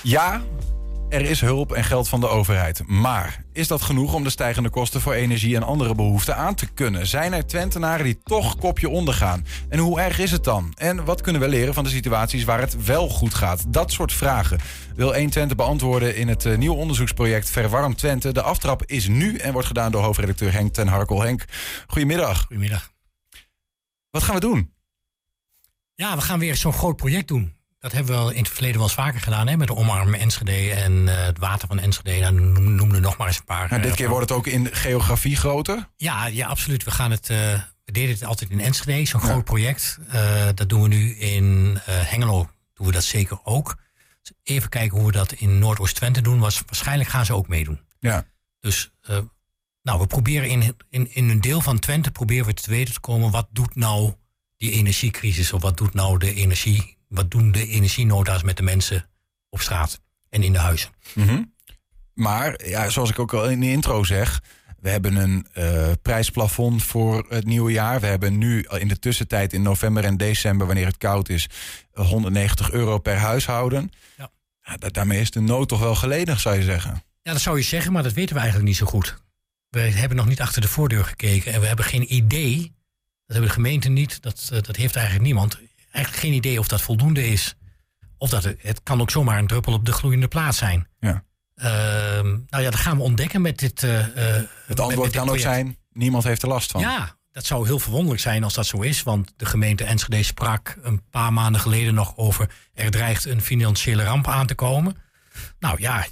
Ja, er is hulp en geld van de overheid. Maar is dat genoeg om de stijgende kosten voor energie en andere behoeften aan te kunnen? Zijn er Twentenaren die toch kopje ondergaan? En hoe erg is het dan? En wat kunnen we leren van de situaties waar het wel goed gaat? Dat soort vragen wil 1Twente beantwoorden in het nieuwe onderzoeksproject Verwarm Twente. De aftrap is nu en wordt gedaan door hoofdredacteur Henk ten Harkel. Henk, goedemiddag. Goedemiddag. Wat gaan we doen? Ja, we gaan weer zo'n groot project doen. Dat hebben we al in het verleden wel eens vaker gedaan, hè? Met de omarm Enschede en het water van Enschede. Nou, noemde nog maar eens een paar. Nou, dit keer wordt het ook in geografie groter? Ja, absoluut. We deden het altijd in Enschede, zo'n groot project. Dat doen we nu in Hengelo. Doen we dat zeker ook. Dus even kijken hoe we dat in Noordoost-Twente doen. Waarschijnlijk gaan ze ook meedoen. Ja. Dus we proberen in een deel van Twente proberen we te weten te komen. Wat doet nou die energiecrisis? Of wat doen de energienoda's met de mensen op straat en in de huizen? Mm-hmm. Maar, ja, zoals ik ook al in de intro zeg, we hebben een prijsplafond voor het nieuwe jaar. We hebben nu in de tussentijd in november en december, wanneer het koud is, €190 per huishouden. Ja. Daarmee is de nood toch wel geleden, zou je zeggen? Ja, dat zou je zeggen, maar dat weten we eigenlijk niet zo goed. We hebben nog niet achter de voordeur gekeken en we hebben geen idee. Dat hebben de gemeente niet, dat heeft eigenlijk niemand. Eigenlijk geen idee of dat voldoende is. Of het kan ook zomaar een druppel op de gloeiende plaat zijn. Ja. Dat gaan we ontdekken met dit het antwoord kan ook zijn, niemand heeft er last van. Ja, dat zou heel verwonderlijk zijn als dat zo is. Want de gemeente Enschede sprak een paar maanden geleden nog over, er dreigt een financiële ramp aan te komen. Nou ja,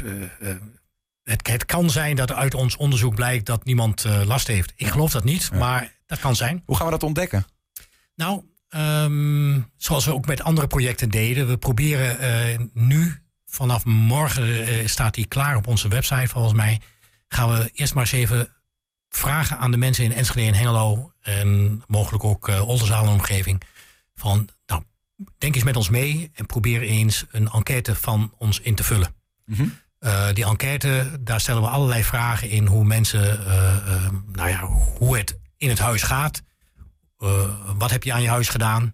het kan zijn dat uit ons onderzoek blijkt dat niemand last heeft. Ik geloof dat niet, maar dat kan zijn. Hoe gaan we dat ontdekken? Nou, zoals we ook met andere projecten deden. We proberen nu, vanaf morgen staat die klaar op onze website volgens mij. Gaan we eerst maar eens even vragen aan de mensen in Enschede en Hengelo. En mogelijk ook Oldenzaal en omgeving. Van, nou, denk eens met ons mee en probeer eens een enquête van ons in te vullen. Mm-hmm. Die enquête, daar stellen we allerlei vragen in. Hoe mensen, hoe het in het huis gaat. Wat heb je aan je huis gedaan?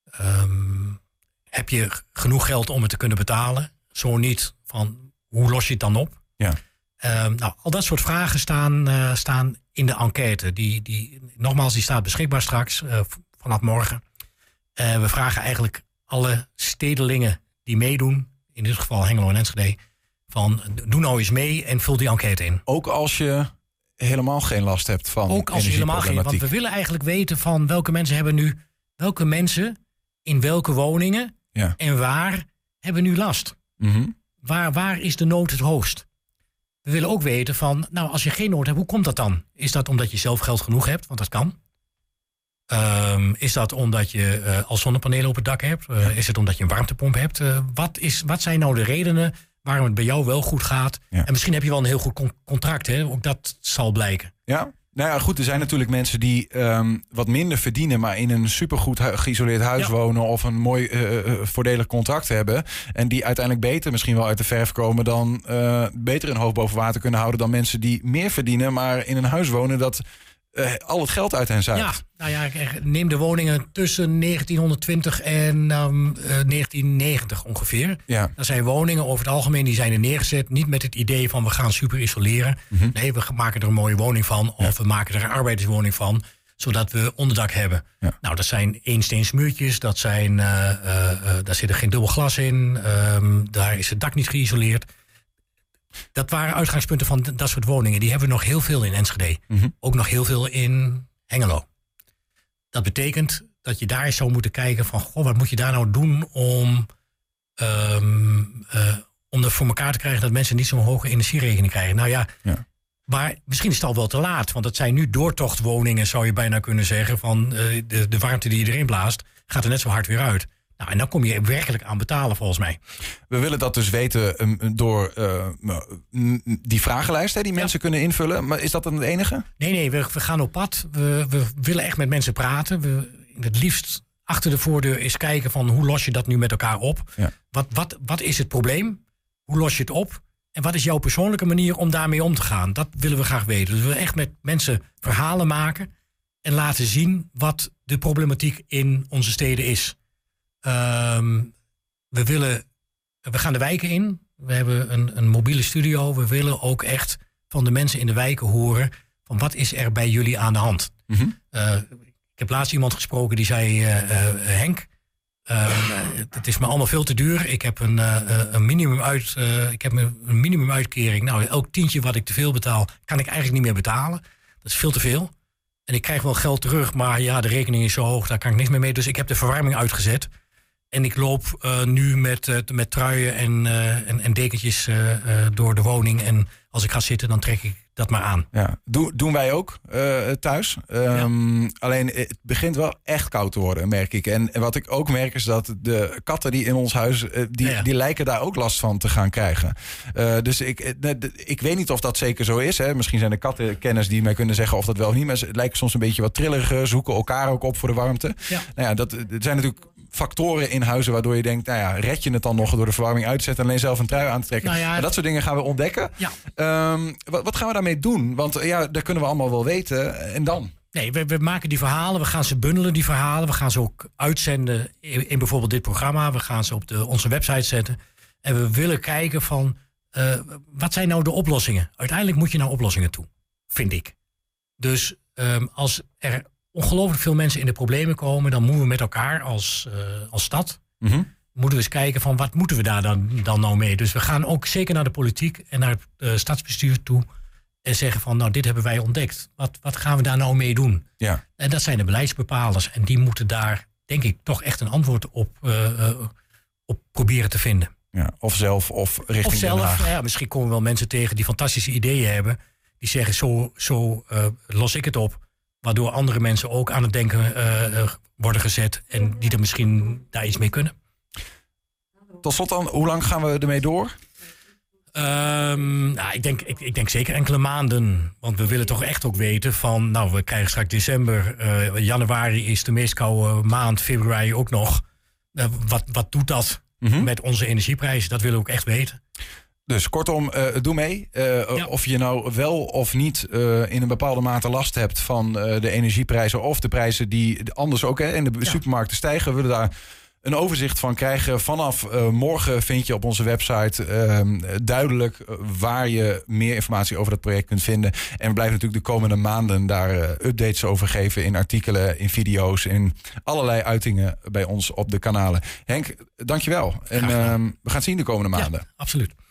Heb je genoeg geld om het te kunnen betalen? Zo niet, van hoe los je het dan op? Ja. Al dat soort vragen staan in de enquête. Nogmaals, die staat beschikbaar straks, vanaf morgen. We vragen eigenlijk alle stedelingen die meedoen, in dit geval Hengelo en Enschede, van doe nou eens mee en vul die enquête in. Ook als je helemaal geen last hebt van ook als je helemaal geen, want we willen eigenlijk weten van welke mensen in welke woningen en waar hebben nu last. Mm-hmm. Waar is de nood het hoogst? We willen ook weten van, nou, als je geen nood hebt, hoe komt dat dan? Is dat omdat je zelf geld genoeg hebt? Want dat kan. Is dat omdat je al zonnepanelen op het dak hebt? Is het omdat je een warmtepomp hebt? Wat zijn nou de redenen waarom het bij jou wel goed gaat? Ja. En misschien heb je wel een heel goed contract, hè? Ook dat zal blijken. Ja. Nou ja, goed, er zijn natuurlijk mensen die wat minder verdienen, maar in een supergoed geïsoleerd huis wonen of een mooi voordelig contract hebben. En die uiteindelijk beter misschien wel uit de verf komen dan beter hun hoofd boven water kunnen houden dan mensen die meer verdienen, maar in een huis wonen dat al het geld uit hen zuigt. Neem de woningen tussen 1920 en 1990 ongeveer. Ja. Dat zijn woningen over het algemeen, die zijn er neergezet. Niet met het idee van we gaan super isoleren. Mm-hmm. Nee, we maken er een mooie woning van. Of we maken er een arbeiderswoning van. Zodat we onderdak hebben. Ja. Nou, dat zijn eensteens muurtjes. Daar zit er geen dubbel glas in. Daar is het dak niet geïsoleerd. Dat waren uitgangspunten van dat soort woningen. Die hebben we nog heel veel in Enschede. Mm-hmm. Ook nog heel veel in Hengelo. Dat betekent dat je daar eens zou moeten kijken van, wat moet je daar nou doen om er voor elkaar te krijgen dat mensen niet zo'n hoge energierekening krijgen. Nou ja, maar misschien is het al wel te laat. Want het zijn nu doortochtwoningen, zou je bijna kunnen zeggen, van de warmte die je erin blaast, gaat er net zo hard weer uit. Nou, en dan kom je werkelijk aan betalen, volgens mij. We willen dat dus weten door die vragenlijst die mensen kunnen invullen. Maar is dat dan het enige? Nee, we gaan op pad. We willen echt met mensen praten. Het liefst achter de voordeur eens kijken van hoe los je dat nu met elkaar op? Ja. Wat is het probleem? Hoe los je het op? En wat is jouw persoonlijke manier om daarmee om te gaan? Dat willen we graag weten. Dus we willen echt met mensen verhalen maken en laten zien wat de problematiek in onze steden is. We willen We gaan de wijken in. We hebben een mobiele studio. We willen ook echt van de mensen in de wijken horen van wat is er bij jullie aan de hand. Mm-hmm. Ik heb laatst iemand gesproken die zei, Henk, het is me allemaal veel te duur. Ik heb een minimumuitkering. Nou, elk tientje wat ik te veel betaal, kan ik eigenlijk niet meer betalen. Dat is veel te veel. En ik krijg wel geld terug, maar ja, de rekening is zo hoog, daar kan ik niks meer mee. Dus ik heb de verwarming uitgezet. En ik loop nu met truien en dekentjes door de woning. En als ik ga zitten, dan trek ik dat maar aan. Ja, doen wij ook thuis. Alleen het begint wel echt koud te worden, merk ik. En wat ik ook merk is dat de katten die in ons huis, die lijken daar ook last van te gaan krijgen. Dus ik weet niet of dat zeker zo is. Hè. Misschien zijn er kattenkenners die mij kunnen zeggen of dat wel of niet. Maar ze lijken soms een beetje wat trilleriger, zoeken elkaar ook op voor de warmte. Ja. Nou ja, dat zijn natuurlijk factoren in huizen waardoor je denkt, nou ja, red je het dan nog door de verwarming uit te zetten en alleen zelf een trui aan te trekken. Nou ja, en dat soort dingen gaan we ontdekken. Ja. Wat gaan we daarmee doen? Want dat kunnen we allemaal wel weten. En dan? Nee, we maken die verhalen. We gaan ze bundelen, die verhalen. We gaan ze ook uitzenden in bijvoorbeeld dit programma. We gaan ze op onze website zetten. En we willen kijken van, wat zijn nou de oplossingen? Uiteindelijk moet je naar oplossingen toe, vind ik. Dus als er ongelooflijk veel mensen in de problemen komen, dan moeten we met elkaar als stad, moeten we eens kijken van wat moeten we daar dan nou mee. Dus we gaan ook zeker naar de politiek en naar het stadsbestuur toe en zeggen van, nou, dit hebben wij ontdekt. Wat gaan we daar nou mee doen? Ja. En dat zijn de beleidsbepalers en die moeten daar, denk ik, toch echt een antwoord op proberen te vinden. Ja, of zelf of richting Den Haag. Ja, misschien komen we wel mensen tegen die fantastische ideeën hebben, die zeggen zo los ik het op. Waardoor andere mensen ook aan het denken worden gezet en die er misschien daar iets mee kunnen. Tot slot dan, hoe lang gaan we ermee door? Ik denk zeker enkele maanden. Want we willen toch echt ook weten van, nou, we krijgen straks december. Januari is de meest koude maand, februari ook nog. Wat doet dat met onze energieprijzen? Dat willen we ook echt weten. Dus kortom, doe mee. Of je nou wel of niet in een bepaalde mate last hebt van de energieprijzen of de prijzen die anders ook in de supermarkten stijgen. We willen daar een overzicht van krijgen. Vanaf morgen vind je op onze website duidelijk waar je meer informatie over dat project kunt vinden. En we blijven natuurlijk de komende maanden daar updates over geven in artikelen, in video's, in allerlei uitingen bij ons op de kanalen. Henk, dankjewel. En we gaan het zien de komende maanden. Ja, absoluut.